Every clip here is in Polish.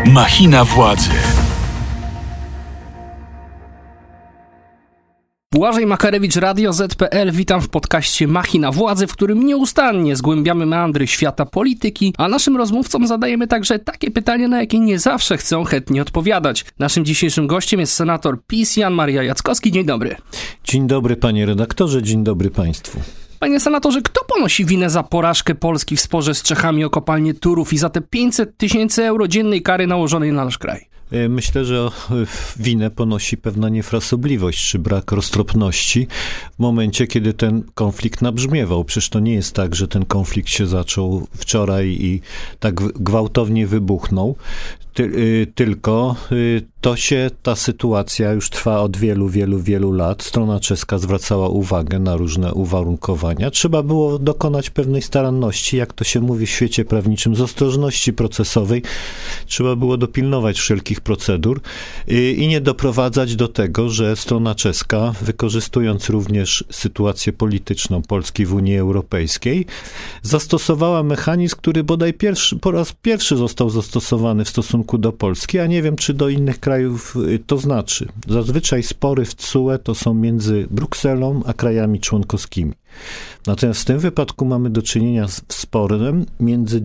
Machina władzy. Błażej Makarewicz, Radio Z.pl. Witam w podcaście Machina Władzy, w którym nieustannie zgłębiamy meandry świata polityki, a naszym rozmówcom zadajemy także takie pytania, na jakie nie zawsze chcą chętnie odpowiadać. Naszym dzisiejszym gościem jest senator PiS Jan Maria Jackowski. Dzień dobry. Dzień dobry, panie redaktorze, dzień dobry państwu. Panie senatorze, kto ponosi winę za porażkę Polski w sporze z Czechami o kopalnię Turów i za te 500 000 euro dziennej kary nałożonej na nasz kraj? Myślę, że winę ponosi pewna niefrasobliwość czy brak roztropności w momencie, kiedy ten konflikt nabrzmiewał. Przecież to nie jest tak, że ten konflikt się zaczął wczoraj i tak gwałtownie wybuchnął. Tylko ta sytuacja już trwa od wielu lat. Strona czeska zwracała uwagę na różne uwarunkowania. Trzeba było dokonać pewnej staranności, jak to się mówi w świecie prawniczym, z ostrożności procesowej. Trzeba było dopilnować wszelkich procedur i nie doprowadzać do tego, że strona czeska, wykorzystując również sytuację polityczną Polski w Unii Europejskiej, zastosowała mechanizm, który bodaj po raz pierwszy został zastosowany w stosunku do Polski, a nie wiem, czy do innych krajów to znaczy. Zazwyczaj spory w TSUE to są między Brukselą a krajami członkowskimi. Natomiast w tym wypadku mamy do czynienia z sporem między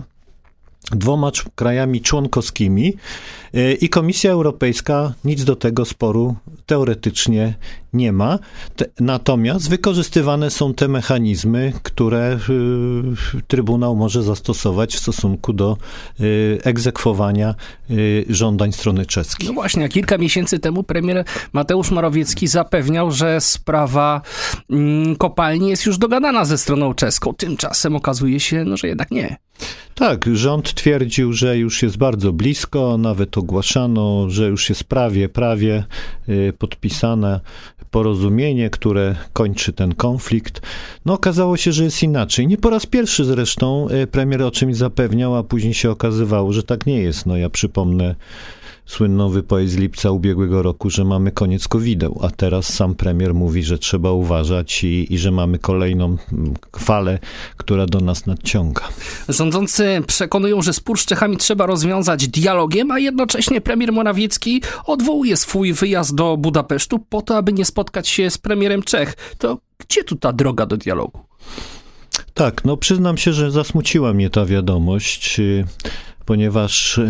dwoma krajami członkowskimi i Komisja Europejska nic do tego sporu teoretycznie nie ma. Natomiast wykorzystywane są te mechanizmy, które Trybunał może zastosować w stosunku do egzekwowania żądań strony czeskiej. No właśnie, a kilka miesięcy temu premier Mateusz Morawiecki zapewniał, że sprawa kopalni jest już dogadana ze stroną czeską. Tymczasem okazuje się, że jednak nie. Tak, rząd twierdził, że już jest bardzo blisko, nawet ogłaszano, że już jest prawie podpisane porozumienie, które kończy ten konflikt. No okazało się, że jest inaczej. Nie po raz pierwszy zresztą premier o czymś zapewniał, a później się okazywało, że tak nie jest. No ja przypomnę słynną wypowiedź z lipca ubiegłego roku, że mamy koniec COVID-u, a teraz sam premier mówi, że trzeba uważać i że mamy kolejną falę, która do nas nadciąga. Rządzący przekonują, że spór z Czechami trzeba rozwiązać dialogiem, a jednocześnie premier Morawiecki odwołuje swój wyjazd do Budapesztu po to, aby nie spotkać się z premierem Czech. To gdzie tu ta droga do dialogu? Tak, przyznam się, że zasmuciła mnie ta wiadomość, ponieważ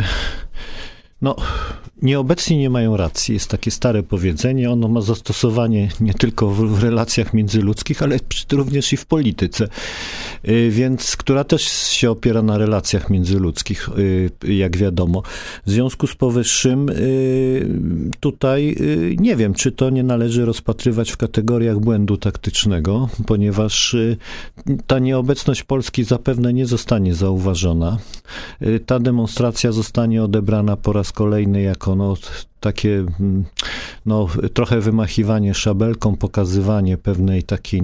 nieobecni nie mają racji. Jest takie stare powiedzenie, ono ma zastosowanie nie tylko w relacjach międzyludzkich, ale również i w polityce, więc która też się opiera na relacjach międzyludzkich, jak wiadomo. W związku z powyższym tutaj nie wiem, czy to nie należy rozpatrywać w kategoriach błędu taktycznego, ponieważ ta nieobecność Polski zapewne nie zostanie zauważona. Ta demonstracja zostanie odebrana po raz kolejny jako takie trochę wymachiwanie szabelką, pokazywanie pewnej takiej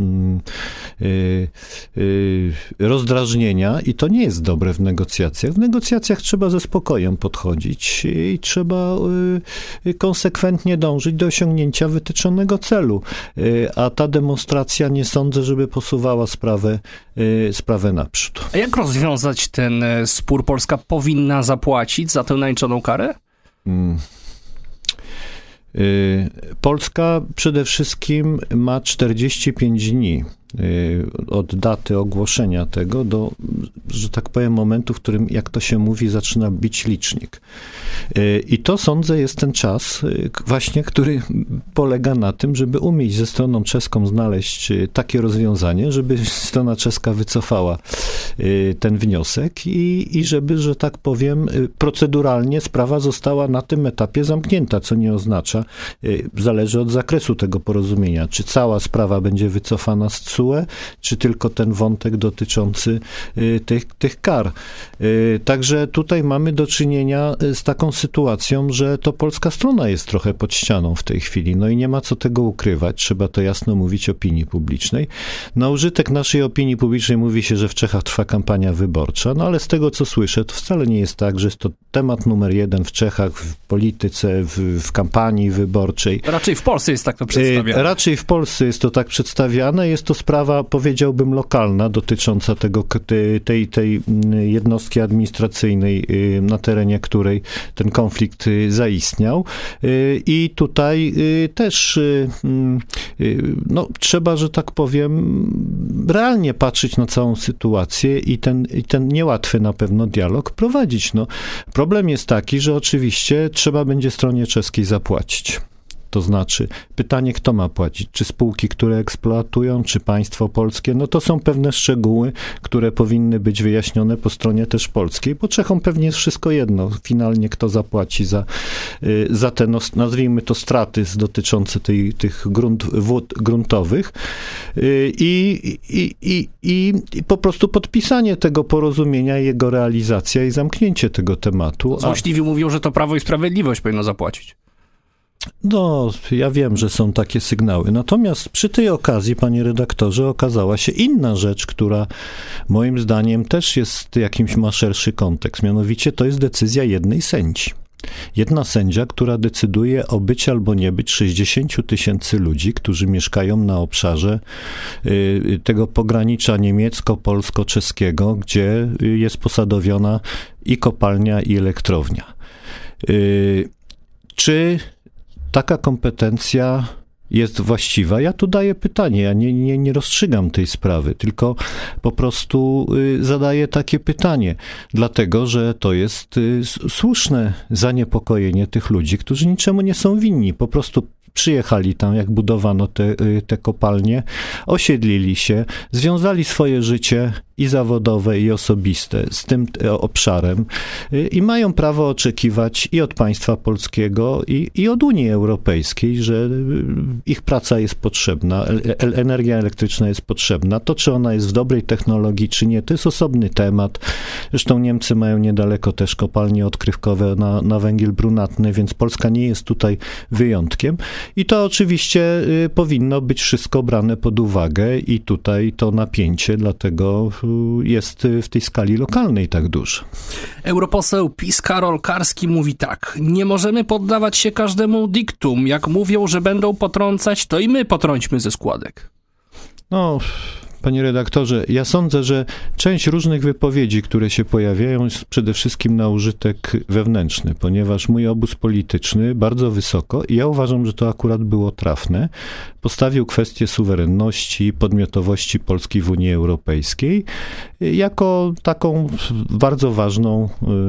rozdrażnienia i to nie jest dobre w negocjacjach. W negocjacjach trzeba ze spokojem podchodzić i trzeba konsekwentnie dążyć do osiągnięcia wytyczonego celu, a ta demonstracja nie sądzę, żeby posuwała sprawę naprzód. A jak rozwiązać ten spór? Polska powinna zapłacić za tę naliczoną karę? Polska przede wszystkim ma 45 dni od daty ogłoszenia tego do, że tak powiem, momentu, w którym, jak to się mówi, zaczyna bić licznik. I to, sądzę, jest ten czas właśnie, który polega na tym, żeby umieć ze stroną czeską znaleźć takie rozwiązanie, żeby strona czeska wycofała ten wniosek i żeby, że tak powiem, proceduralnie sprawa została na tym etapie zamknięta, co nie oznacza, zależy od zakresu tego porozumienia, czy cała sprawa będzie wycofana z TSUE, czy tylko ten wątek dotyczący tych kar. Także tutaj mamy do czynienia z taką sytuacją, że to polska strona jest trochę pod ścianą w tej chwili. I nie ma co tego ukrywać. Trzeba to jasno mówić opinii publicznej. Na użytek naszej opinii publicznej mówi się, że w Czechach trwa ta kampania wyborcza, no ale z tego, co słyszę, to wcale nie jest tak, że jest to temat numer jeden w Czechach, w polityce, w kampanii wyborczej. Raczej w Polsce jest tak to przedstawiane. Raczej w Polsce jest to tak przedstawiane. Jest to sprawa, powiedziałbym, lokalna, dotycząca tej jednostki administracyjnej, na terenie której ten konflikt zaistniał. I tutaj też no, trzeba, że tak powiem, realnie patrzeć na całą sytuację i ten niełatwy na pewno dialog prowadzić. No, problem jest taki, że oczywiście trzeba będzie stronie czeskiej zapłacić. To znaczy, pytanie, kto ma płacić? Czy spółki, które eksploatują, czy państwo polskie? No to są pewne szczegóły, które powinny być wyjaśnione po stronie też polskiej, bo Czechom pewnie jest wszystko jedno. Finalnie kto zapłaci za te, no, nazwijmy to, straty dotyczące tych wód gruntowych i po prostu podpisanie tego porozumienia, jego realizacja i zamknięcie tego tematu. Złośliwi mówią, że to Prawo i Sprawiedliwość powinno zapłacić. No, ja wiem, że są takie sygnały. Natomiast przy tej okazji, panie redaktorze, okazała się inna rzecz, która moim zdaniem też ma szerszy kontekst. Mianowicie to jest decyzja jednej sędzi. Jedna sędzia, która decyduje o być albo nie być 60 000 ludzi, którzy mieszkają na obszarze tego pogranicza niemiecko-polsko-czeskiego, gdzie jest posadowiona i kopalnia, i elektrownia. Czy taka kompetencja jest właściwa? Ja tu daję pytanie, ja nie rozstrzygam tej sprawy, tylko po prostu zadaję takie pytanie, dlatego, że to jest słuszne zaniepokojenie tych ludzi, którzy niczemu nie są winni, po prostu przyjechali tam, jak budowano te kopalnie, osiedlili się, związali swoje życie i zawodowe, i osobiste z tym obszarem i mają prawo oczekiwać i od państwa polskiego, i od Unii Europejskiej, że ich praca jest potrzebna, energia elektryczna jest potrzebna. To, czy ona jest w dobrej technologii, czy nie, to jest osobny temat. Zresztą Niemcy mają niedaleko też kopalnie odkrywkowe na węgiel brunatny, więc Polska nie jest tutaj wyjątkiem. I to oczywiście powinno być wszystko brane pod uwagę i tutaj to napięcie dlatego jest w tej skali lokalnej tak duże. Europoseł PiS Karol Karski mówi tak: nie możemy poddawać się każdemu diktum. Jak mówią, że będą potrącać, to i my potrąćmy ze składek. No, panie redaktorze, ja sądzę, że część różnych wypowiedzi, które się pojawiają, jest przede wszystkim na użytek wewnętrzny, ponieważ mój obóz polityczny bardzo wysoko, i ja uważam, że to akurat było trafne, postawił kwestię suwerenności, podmiotowości Polski w Unii Europejskiej jako taką bardzo ważną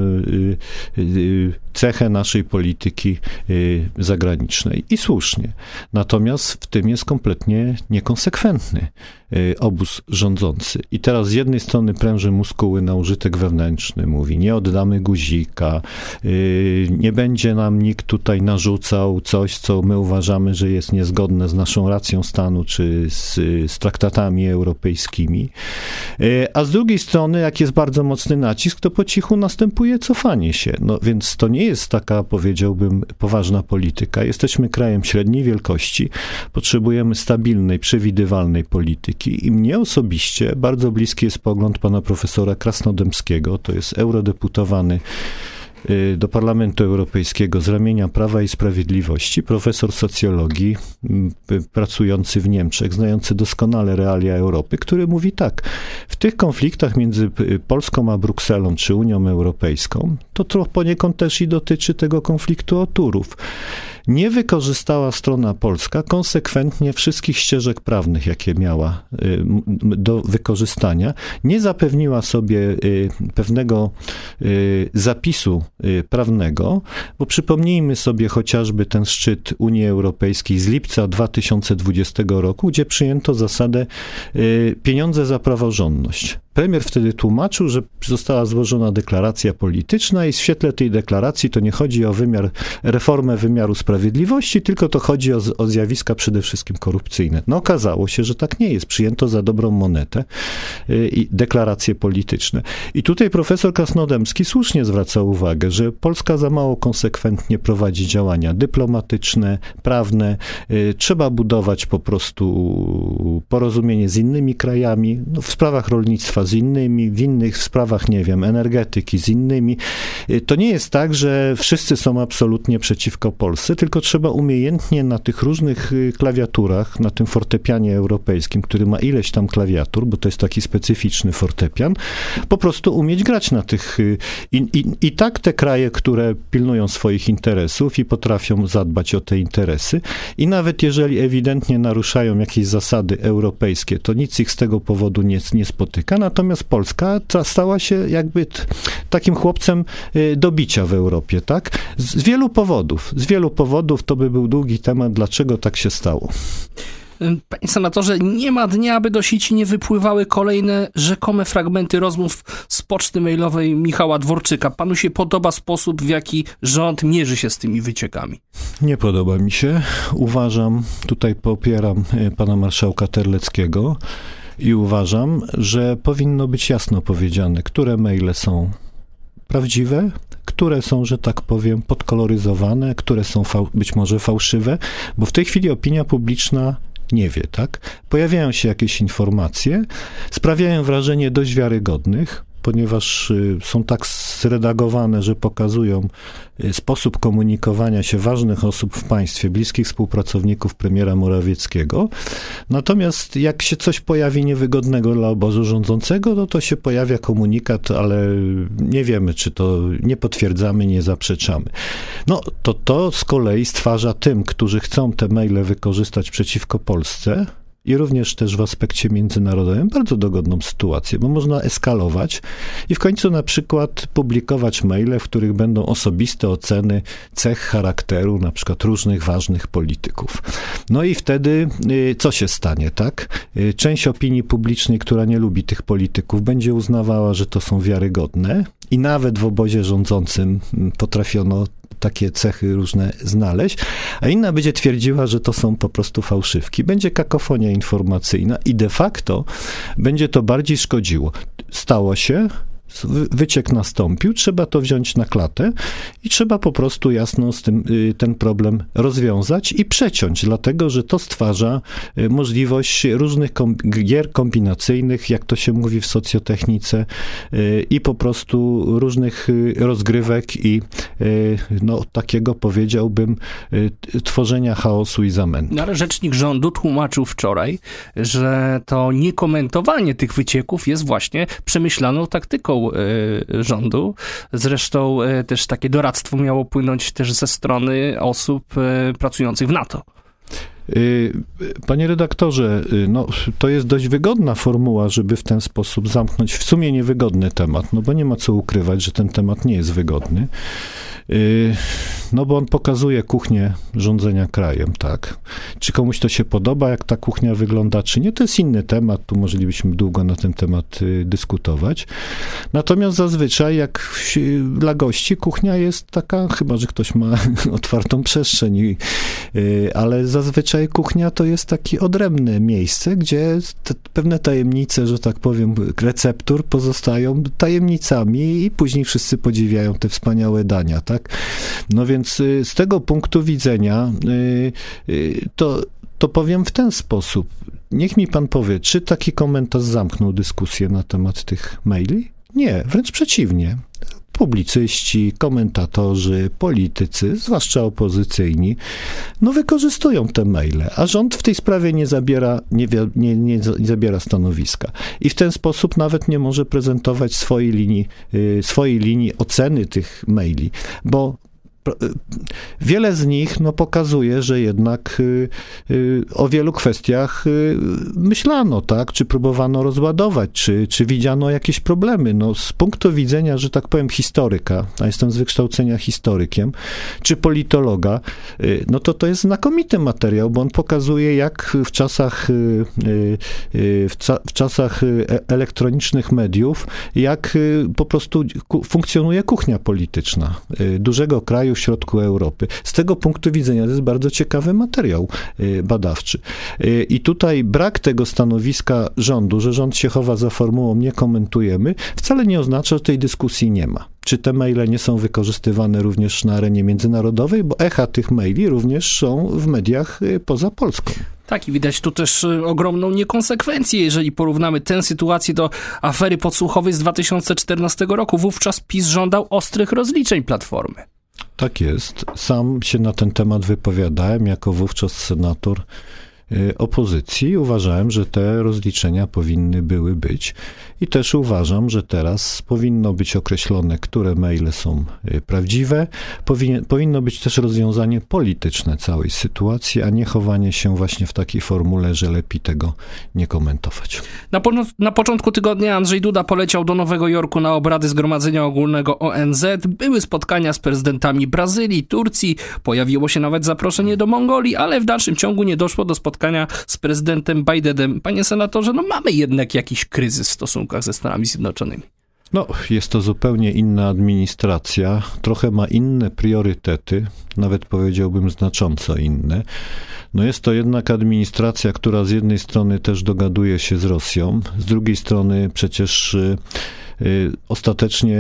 cechę naszej polityki zagranicznej. I słusznie. Natomiast w tym jest kompletnie niekonsekwentny obóz rządzący. I teraz z jednej strony pręży muskuły na użytek wewnętrzny, mówi, nie oddamy guzika, nie będzie nam nikt tutaj narzucał coś, co my uważamy, że jest niezgodne z naszą racją stanu, czy z traktatami europejskimi. A z drugiej strony, jak jest bardzo mocny nacisk, to po cichu następuje cofanie się. No więc to nie jest taka, powiedziałbym, poważna polityka. Jesteśmy krajem średniej wielkości, potrzebujemy stabilnej, przewidywalnej polityki i mnie osobiście bardzo bliski jest pogląd pana profesora Krasnodębskiego, to jest eurodeputowany do Parlamentu Europejskiego z ramienia Prawa i Sprawiedliwości, profesor socjologii, pracujący w Niemczech, znający doskonale realia Europy, który mówi tak: w tych konfliktach między Polską a Brukselą czy Unią Europejską, to poniekąd też i dotyczy tego konfliktu o Turów. Nie wykorzystała strona polska konsekwentnie wszystkich ścieżek prawnych, jakie miała do wykorzystania. Nie zapewniła sobie pewnego zapisu prawnego, bo przypomnijmy sobie chociażby ten szczyt Unii Europejskiej z lipca 2020 roku, gdzie przyjęto zasadę pieniądze za praworządność. Premier wtedy tłumaczył, że została złożona deklaracja polityczna i w świetle tej deklaracji to nie chodzi o reformę wymiaru sprawiedliwości, tylko to chodzi o zjawiska przede wszystkim korupcyjne. No okazało się, że tak nie jest. Przyjęto za dobrą monetę i deklaracje polityczne. I tutaj profesor Krasnodębski słusznie zwraca uwagę, że Polska za mało konsekwentnie prowadzi działania dyplomatyczne, prawne. Trzeba budować po prostu porozumienie z innymi krajami. No, w sprawach rolnictwa z innymi, w innych sprawach, nie wiem, energetyki z innymi. To nie jest tak, że wszyscy są absolutnie przeciwko Polsce, tylko trzeba umiejętnie na tych różnych klawiaturach, na tym fortepianie europejskim, który ma ileś tam klawiatur, bo to jest taki specyficzny fortepian, po prostu umieć grać na tych. I tak te kraje, które pilnują swoich interesów i potrafią zadbać o te interesy, i nawet jeżeli ewidentnie naruszają jakieś zasady europejskie, to nic ich z tego powodu nie spotyka. Natomiast Polska stała się jakby takim chłopcem do bicia w Europie, tak? Z wielu powodów. Z wielu powodów, to by był długi temat, dlaczego tak się stało. Panie senatorze, nie ma dnia, aby do sieci nie wypływały kolejne rzekome fragmenty rozmów z poczty mailowej Michała Dworczyka. Panu się podoba sposób, w jaki rząd mierzy się z tymi wyciekami? Nie podoba mi się. Uważam, tutaj popieram pana marszałka Terleckiego i uważam, że powinno być jasno powiedziane, które maile są prawdziwe, które są, że tak powiem, podkoloryzowane, które są być może fałszywe, bo w tej chwili opinia publiczna nie wie, tak? Pojawiają się jakieś informacje, sprawiają wrażenie dość wiarygodnych, ponieważ są tak zredagowane, że pokazują sposób komunikowania się ważnych osób w państwie, bliskich współpracowników premiera Morawieckiego. Natomiast jak się coś pojawi niewygodnego dla obozu rządzącego, no to się pojawia komunikat, ale nie wiemy, czy to nie potwierdzamy, nie zaprzeczamy. No to z kolei stwarza tym, którzy chcą te maile wykorzystać przeciwko Polsce, i również też w aspekcie międzynarodowym bardzo dogodną sytuację, bo można eskalować i w końcu na przykład publikować maile, w których będą osobiste oceny cech charakteru na przykład różnych ważnych polityków. No i wtedy co się stanie, tak? Część opinii publicznej, która nie lubi tych polityków, będzie uznawała, że to są wiarygodne i nawet w obozie rządzącym potrafiono takie cechy różne znaleźć, a inna będzie twierdziła, że to są po prostu fałszywki. Będzie kakofonia informacyjna i de facto będzie to bardziej szkodziło. Stało się, wyciek nastąpił, trzeba to wziąć na klatę i trzeba po prostu jasno z tym ten problem rozwiązać i przeciąć, dlatego że to stwarza możliwość różnych gier kombinacyjnych, jak to się mówi w socjotechnice, i po prostu różnych rozgrywek i no takiego, powiedziałbym, tworzenia chaosu i zamętu. No, ale rzecznik rządu tłumaczył wczoraj, że to niekomentowanie tych wycieków jest właśnie przemyślaną taktyką rządu. Zresztą też takie doradztwo miało płynąć też ze strony osób pracujących w NATO. Panie redaktorze, no to jest dość wygodna formuła, żeby w ten sposób zamknąć w sumie niewygodny temat, no bo nie ma co ukrywać, że ten temat nie jest wygodny. No bo on pokazuje kuchnię rządzenia krajem, tak. Czy komuś to się podoba, jak ta kuchnia wygląda, czy nie, to jest inny temat, tu moglibyśmy długo na ten temat dyskutować. Natomiast zazwyczaj, jak dla gości, kuchnia jest taka, chyba że ktoś ma otwartą przestrzeń, ale zazwyczaj kuchnia to jest takie odrębne miejsce, gdzie pewne tajemnice, że tak powiem, receptur pozostają tajemnicami i później wszyscy podziwiają te wspaniałe dania, tak? No więc z tego punktu widzenia to powiem w ten sposób. Niech mi pan powie, czy taki komentarz zamknął dyskusję na temat tych maili? Nie, wręcz przeciwnie. Publicyści, komentatorzy, politycy, zwłaszcza opozycyjni, no wykorzystują te maile, a rząd w tej sprawie nie zabiera stanowiska. I w ten sposób nawet nie może prezentować swojej linii oceny tych maili, bo wiele z nich pokazuje, że jednak o wielu kwestiach myślano, tak? Czy próbowano rozładować, czy widziano jakieś problemy. No, z punktu widzenia, że tak powiem, historyka, a jestem z wykształcenia historykiem, czy politologa, no to jest znakomity materiał, bo on pokazuje, jak w czasach elektronicznych mediów, jak po prostu funkcjonuje kuchnia polityczna dużego kraju w środku Europy. Z tego punktu widzenia to jest bardzo ciekawy materiał badawczy. I tutaj brak tego stanowiska rządu, że rząd się chowa za formułą nie komentujemy, wcale nie oznacza, że tej dyskusji nie ma. Czy te maile nie są wykorzystywane również na arenie międzynarodowej, bo echa tych maili również są w mediach poza Polską. Tak, i widać tu też ogromną niekonsekwencję, jeżeli porównamy tę sytuację do afery podsłuchowej z 2014 roku. Wówczas PiS żądał ostrych rozliczeń Platformy. Tak jest. Sam się na ten temat wypowiadałem jako wówczas senator opozycji. Uważałem, że te rozliczenia powinny były być. I też uważam, że teraz powinno być określone, które maile są prawdziwe. Powinno być też rozwiązanie polityczne całej sytuacji, a nie chowanie się właśnie w takiej formule, że lepiej tego nie komentować. Na początku tygodnia Andrzej Duda poleciał do Nowego Jorku na obrady Zgromadzenia Ogólnego ONZ. Były spotkania z prezydentami Brazylii, Turcji, pojawiło się nawet zaproszenie do Mongolii, ale w dalszym ciągu nie doszło do spotkania z prezydentem Bidenem. Panie senatorze, mamy jednak jakiś kryzys w stosunkach ze Stanami Zjednoczonymi. Jest to zupełnie inna administracja, trochę ma inne priorytety, nawet powiedziałbym znacząco inne. Jest to jednak administracja, która z jednej strony też dogaduje się z Rosją, z drugiej strony przecież ostatecznie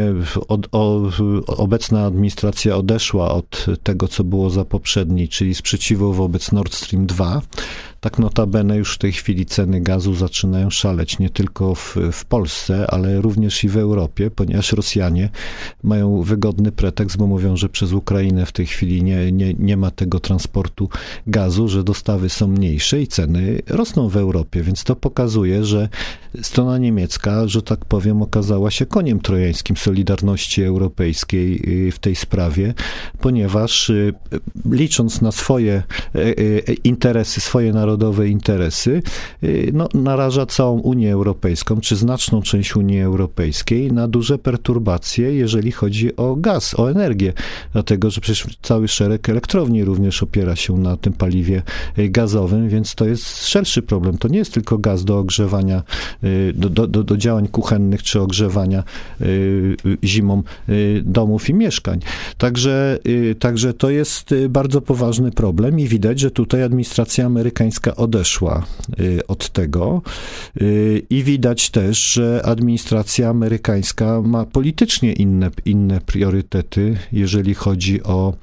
obecna administracja odeszła od tego, co było za poprzedniej, czyli sprzeciwu wobec Nord Stream 2. Tak notabene już w tej chwili ceny gazu zaczynają szaleć nie tylko w Polsce, ale również i w Europie, ponieważ Rosjanie mają wygodny pretekst, bo mówią, że przez Ukrainę w tej chwili nie ma tego transportu gazu, że dostawy są mniejsze i ceny rosną w Europie, więc to pokazuje, że strona niemiecka, że tak powiem, okazała się koniem trojańskim Solidarności Europejskiej w tej sprawie, ponieważ licząc na swoje interesy, swoje narodowe interesy, naraża całą Unię Europejską, czy znaczną część Unii Europejskiej na duże perturbacje, jeżeli chodzi o gaz, o energię. Dlatego, że przecież cały szereg elektrowni również opiera się na tym paliwie gazowym, więc to jest szerszy problem. To nie jest tylko gaz do ogrzewania, do działań kuchennych, czy ogrzewania zimą domów i mieszkań. Także to jest bardzo poważny problem i widać, że tutaj administracja amerykańska odeszła od tego i widać też, że administracja amerykańska ma politycznie inne priorytety, jeżeli chodzi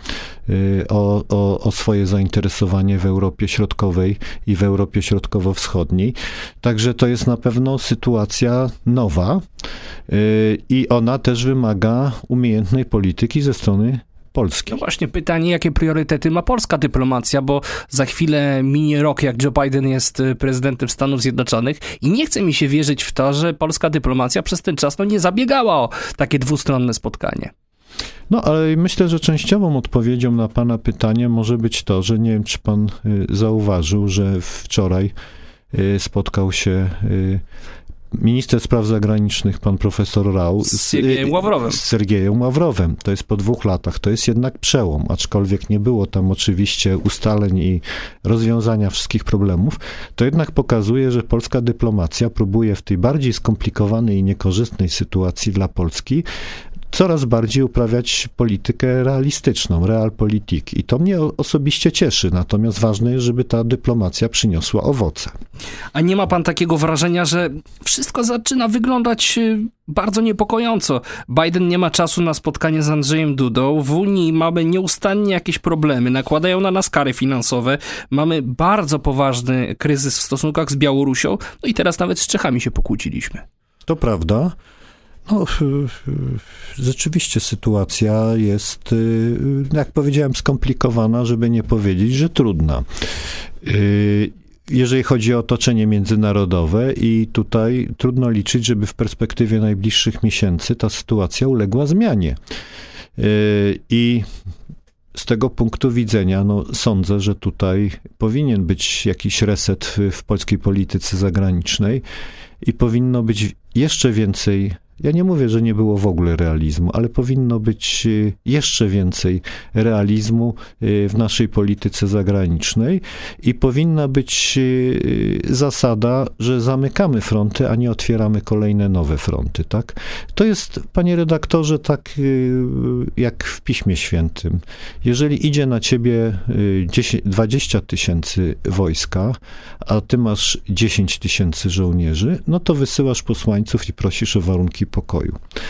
o swoje zainteresowanie w Europie Środkowej i w Europie Środkowo-Wschodniej. Także to jest na pewno sytuacja nowa i ona też wymaga umiejętnej polityki ze strony Polski. Właśnie pytanie, jakie priorytety ma polska dyplomacja, bo za chwilę minie rok, jak Joe Biden jest prezydentem Stanów Zjednoczonych i nie chce mi się wierzyć w to, że polska dyplomacja przez ten czas nie zabiegała o takie dwustronne spotkanie. Ale myślę, że częściową odpowiedzią na pana pytanie może być to, że nie wiem, czy pan zauważył, że wczoraj spotkał się minister spraw zagranicznych, pan profesor Rau, z Sergiejem Ławrowem. To jest po 2 latach. To jest jednak przełom, aczkolwiek nie było tam oczywiście ustaleń i rozwiązania wszystkich problemów. To jednak pokazuje, że polska dyplomacja próbuje w tej bardziej skomplikowanej i niekorzystnej sytuacji dla Polski coraz bardziej uprawiać politykę realistyczną, realpolitik. I to mnie osobiście cieszy. Natomiast ważne jest, żeby ta dyplomacja przyniosła owoce. A nie ma pan takiego wrażenia, że wszystko zaczyna wyglądać bardzo niepokojąco? Biden nie ma czasu na spotkanie z Andrzejem Dudą. W Unii mamy nieustannie jakieś problemy. Nakładają na nas kary finansowe. Mamy bardzo poważny kryzys w stosunkach z Białorusią. I teraz nawet z Czechami się pokłóciliśmy. To prawda. Rzeczywiście sytuacja jest, jak powiedziałem, skomplikowana, żeby nie powiedzieć, że trudna. Jeżeli chodzi o otoczenie międzynarodowe i tutaj trudno liczyć, żeby w perspektywie najbliższych miesięcy ta sytuacja uległa zmianie. I z tego punktu widzenia sądzę, że tutaj powinien być jakiś reset w polskiej polityce zagranicznej i powinno być jeszcze więcej. Ja nie mówię, że nie było w ogóle realizmu, ale powinno być jeszcze więcej realizmu w naszej polityce zagranicznej i powinna być zasada, że zamykamy fronty, a nie otwieramy kolejne nowe fronty, tak? To jest, panie redaktorze, tak jak w Piśmie Świętym. Jeżeli idzie na ciebie 20 000 wojska, a ty masz 10 000 żołnierzy, to wysyłasz posłańców i prosisz o warunki pokoju.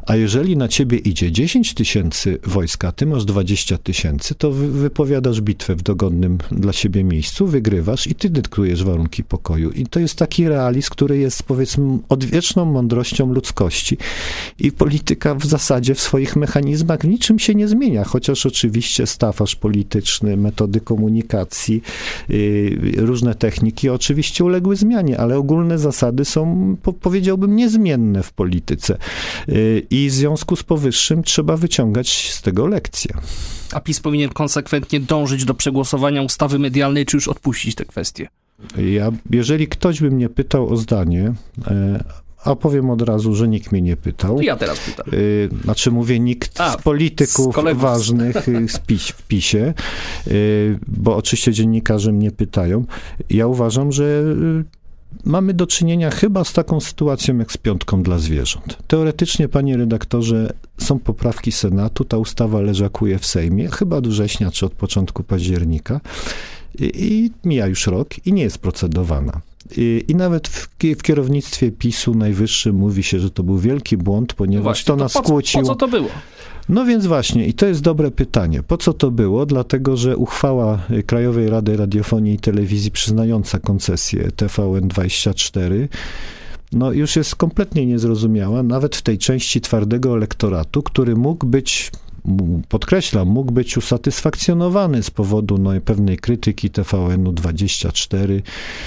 A jeżeli na ciebie idzie 10 000 wojska, ty masz 20 000, to wypowiadasz bitwę w dogodnym dla siebie miejscu, wygrywasz i ty dyktujesz warunki pokoju. I to jest taki realizm, który jest, powiedzmy, odwieczną mądrością ludzkości. I polityka w zasadzie w swoich mechanizmach w niczym się nie zmienia, chociaż oczywiście stafarz polityczny, metody komunikacji, różne techniki oczywiście uległy zmianie, ale ogólne zasady są, powiedziałbym, niezmienne w polityce. I w związku z powyższym trzeba wyciągać z tego lekcje. A PiS powinien konsekwentnie dążyć do przegłosowania ustawy medialnej, czy już odpuścić tę kwestię? Jeżeli ktoś by mnie pytał o zdanie, a powiem od razu, że nikt mnie nie pytał. To ja teraz pytam. Znaczy mówię nikt z polityków ważnych w PiS-ie, bo oczywiście dziennikarze mnie pytają. Ja uważam, że mamy do czynienia chyba z taką sytuacją jak z piątką dla zwierząt. Teoretycznie, panie redaktorze, są poprawki Senatu, ta ustawa leżakuje w Sejmie, chyba od września czy od początku października i mija już rok i nie jest procedowana. I nawet w kierownictwie PiS-u najwyższym mówi się, że to był wielki błąd, ponieważ właśnie, to nas skłóciło. Po co to było? No więc właśnie, i to jest dobre pytanie. Po co to było? Dlatego, że uchwała Krajowej Rady Radiofonii i Telewizji przyznająca koncesję TVN24 no już jest kompletnie niezrozumiała, nawet w tej części twardego elektoratu, który mógł być, podkreślam, mógł być usatysfakcjonowany z powodu pewnej krytyki TVN-24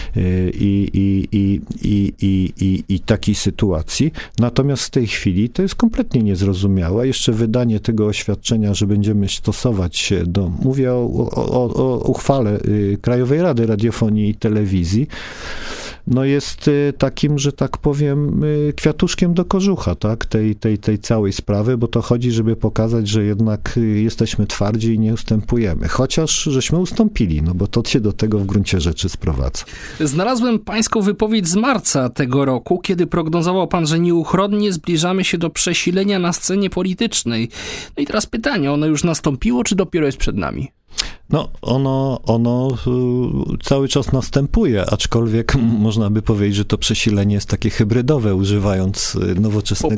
i takiej sytuacji. Natomiast w tej chwili to jest kompletnie niezrozumiałe. Jeszcze wydanie tego oświadczenia, że będziemy stosować się do... Mówię o uchwale Krajowej Rady Radiofonii i Telewizji. No jest takim, że tak powiem, kwiatuszkiem do kożucha, tak, tej całej sprawy, bo to chodzi, żeby pokazać, że jednak jesteśmy twardzi i nie ustępujemy. Chociaż żeśmy ustąpili, no bo to się do tego w gruncie rzeczy sprowadza. Znalazłem pańską wypowiedź z marca tego roku, kiedy prognozował pan, że nieuchronnie zbliżamy się do przesilenia na scenie politycznej. No i teraz pytanie, ono już nastąpiło, czy dopiero jest przed nami? No, ono cały czas następuje, aczkolwiek można by powiedzieć, że to przesilenie jest takie hybrydowe, używając nowoczesnego...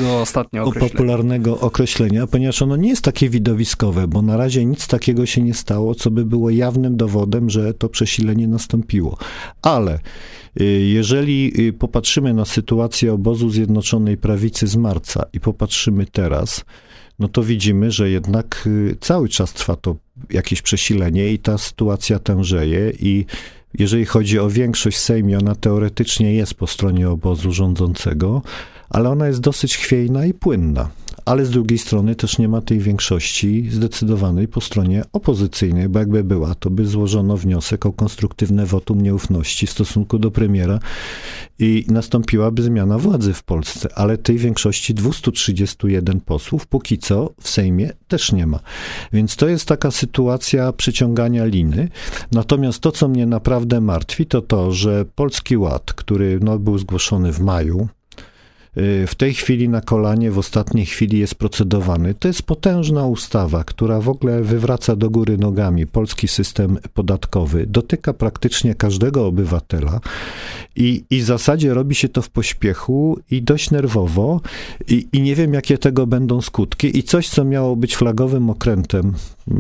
Popularnego określenia, ponieważ ono nie jest takie widowiskowe, bo na razie nic takiego się nie stało, co by było jawnym dowodem, że to przesilenie nastąpiło. Ale jeżeli popatrzymy na sytuację obozu Zjednoczonej Prawicy z marca i popatrzymy teraz, no to widzimy, że jednak cały czas trwa to jakieś przesilenie i ta sytuacja tężeje i jeżeli chodzi o większość w Sejmie, ona teoretycznie jest po stronie obozu rządzącego, ale ona jest dosyć chwiejna i płynna. Ale z drugiej strony też nie ma tej większości zdecydowanej po stronie opozycyjnej, bo jakby była, to by złożono wniosek o konstruktywne wotum nieufności w stosunku do premiera i nastąpiłaby zmiana władzy w Polsce, ale tej większości 231 posłów póki co w Sejmie też nie ma. Więc to jest taka sytuacja przyciągania liny. Natomiast to, co mnie naprawdę martwi, to to, że Polski Ład, który był zgłoszony w maju, w tej chwili na kolanie, w ostatniej chwili jest procedowany. To jest potężna ustawa, która w ogóle wywraca do góry nogami polski system podatkowy. Dotyka praktycznie każdego obywatela i w zasadzie robi się to w pośpiechu i dość nerwowo i nie wiem, jakie tego będą skutki. I coś, co miało być flagowym okrętem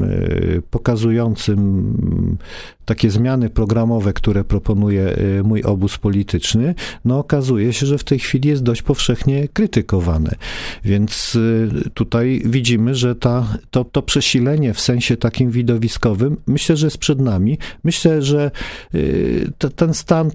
pokazującym takie zmiany programowe, które proponuje mój obóz polityczny, no okazuje się, że w tej chwili jest dość powszechnie krytykowane. Więc tutaj widzimy, że to przesilenie w sensie takim widowiskowym, myślę, że jest przed nami. Myślę, że ten stan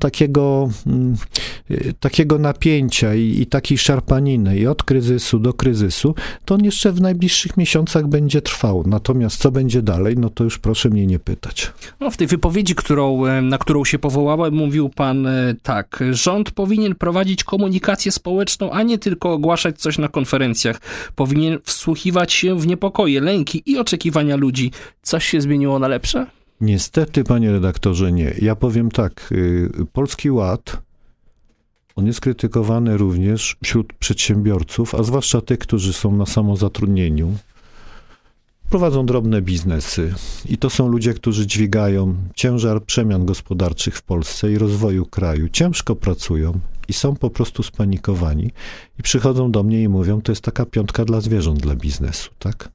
takiego napięcia i takiej szarpaniny i od kryzysu do kryzysu, to on jeszcze w najbliższych miesiącach będzie trwał. Natomiast co będzie dalej, no to już proszę mnie nie pytać. No, w tej wypowiedzi, na którą się powołałem, mówił pan tak: rząd powinien prowadzić komunikację społeczną, a nie tylko ogłaszać coś na konferencjach. Powinien wsłuchiwać się w niepokoje, lęki i oczekiwania ludzi. Coś się zmieniło na lepsze? Niestety, panie redaktorze, nie. Ja powiem tak, Polski Ład, on jest krytykowany również wśród przedsiębiorców, a zwłaszcza tych, którzy są na samozatrudnieniu. Prowadzą drobne biznesy i to są ludzie, którzy dźwigają ciężar przemian gospodarczych w Polsce i rozwoju kraju. Ciężko pracują i są po prostu spanikowani i przychodzą do mnie i mówią, to jest taka piątka dla zwierząt, dla biznesu, tak?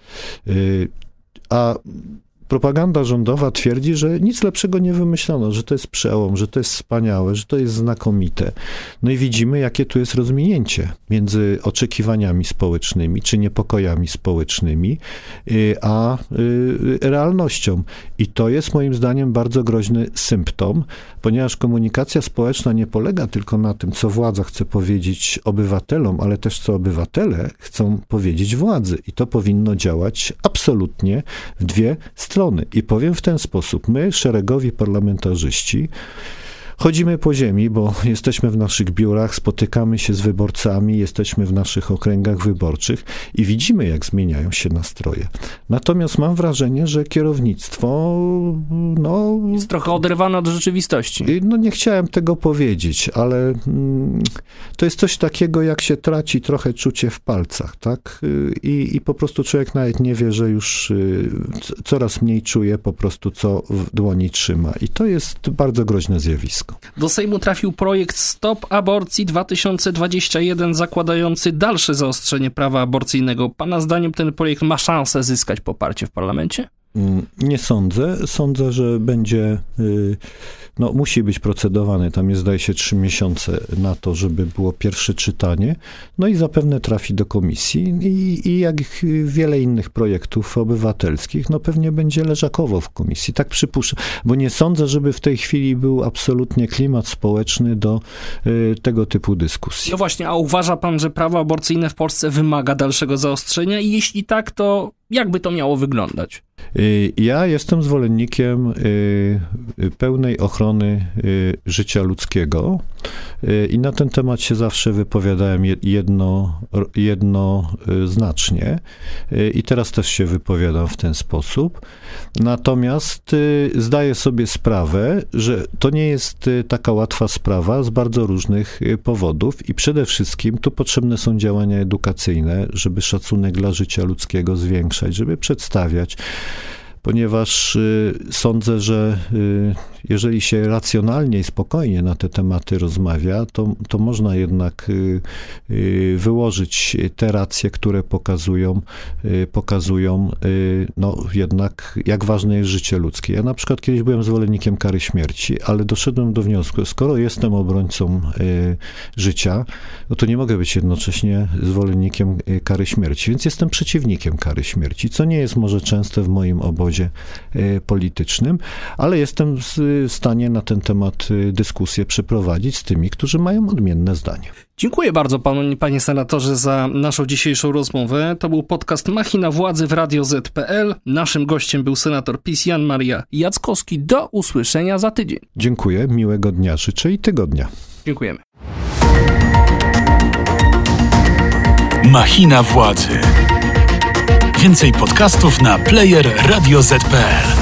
A propaganda rządowa twierdzi, że nic lepszego nie wymyślono, że to jest przełom, że to jest wspaniałe, że to jest znakomite. No i widzimy, jakie tu jest rozminięcie między oczekiwaniami społecznymi, czy niepokojami społecznymi, a realnością. I to jest moim zdaniem bardzo groźny symptom, ponieważ komunikacja społeczna nie polega tylko na tym, co władza chce powiedzieć obywatelom, ale też co obywatele chcą powiedzieć władzy. I to powinno działać absolutnie w dwie strony. I powiem w ten sposób, my, szeregowi parlamentarzyści, chodzimy po ziemi, bo jesteśmy w naszych biurach, spotykamy się z wyborcami, jesteśmy w naszych okręgach wyborczych i widzimy, jak zmieniają się nastroje. Natomiast mam wrażenie, że kierownictwo, jest trochę oderwane od rzeczywistości. Nie chciałem tego powiedzieć, ale to jest coś takiego, jak się traci trochę czucie w palcach, tak? I po prostu człowiek nawet nie wie, że już coraz mniej czuje po prostu, co w dłoni trzyma. I to jest bardzo groźne zjawisko. Do Sejmu trafił projekt Stop Aborcji 2021 zakładający dalsze zaostrzenie prawa aborcyjnego. Pana zdaniem ten projekt ma szansę zyskać poparcie w parlamencie? Nie sądzę. Sądzę, że będzie, musi być procedowany. Tam jest, zdaje się, 3 miesiące na to, żeby było pierwsze czytanie. No i zapewne trafi do komisji i jak wiele innych projektów obywatelskich, pewnie będzie leżakowo w komisji. Tak przypuszczam, bo nie sądzę, żeby w tej chwili był absolutnie klimat społeczny do tego typu dyskusji. No właśnie, a uważa pan, że prawo aborcyjne w Polsce wymaga dalszego zaostrzenia? I jeśli tak, to jakby to miało wyglądać? Ja jestem zwolennikiem pełnej ochrony życia ludzkiego i na ten temat się zawsze wypowiadałem jednoznacznie i teraz też się wypowiadam w ten sposób. Natomiast zdaję sobie sprawę, że to nie jest taka łatwa sprawa z bardzo różnych powodów i przede wszystkim tu potrzebne są działania edukacyjne, żeby szacunek dla życia ludzkiego zwiększać, żeby przedstawiać, ponieważ sądzę, że jeżeli się racjonalnie i spokojnie na te tematy rozmawia, to można jednak wyłożyć te racje, które pokazują jednak jak ważne jest życie ludzkie. Ja na przykład kiedyś byłem zwolennikiem kary śmierci, ale doszedłem do wniosku, skoro jestem obrońcą życia, to nie mogę być jednocześnie zwolennikiem kary śmierci, więc jestem przeciwnikiem kary śmierci, co nie jest może częste w moim obozie politycznym, ale jestem w stanie na ten temat dyskusję przeprowadzić z tymi, którzy mają odmienne zdanie. Dziękuję bardzo panu, panie senatorze, za naszą dzisiejszą rozmowę. To był podcast Machina Władzy w Radio Z.pl. Naszym gościem był senator PiS Jan Maria Jackowski. Do usłyszenia za tydzień. Dziękuję, miłego dnia życzę i tygodnia. Dziękujemy. Machina Władzy. Więcej podcastów na player Radio Z.pl.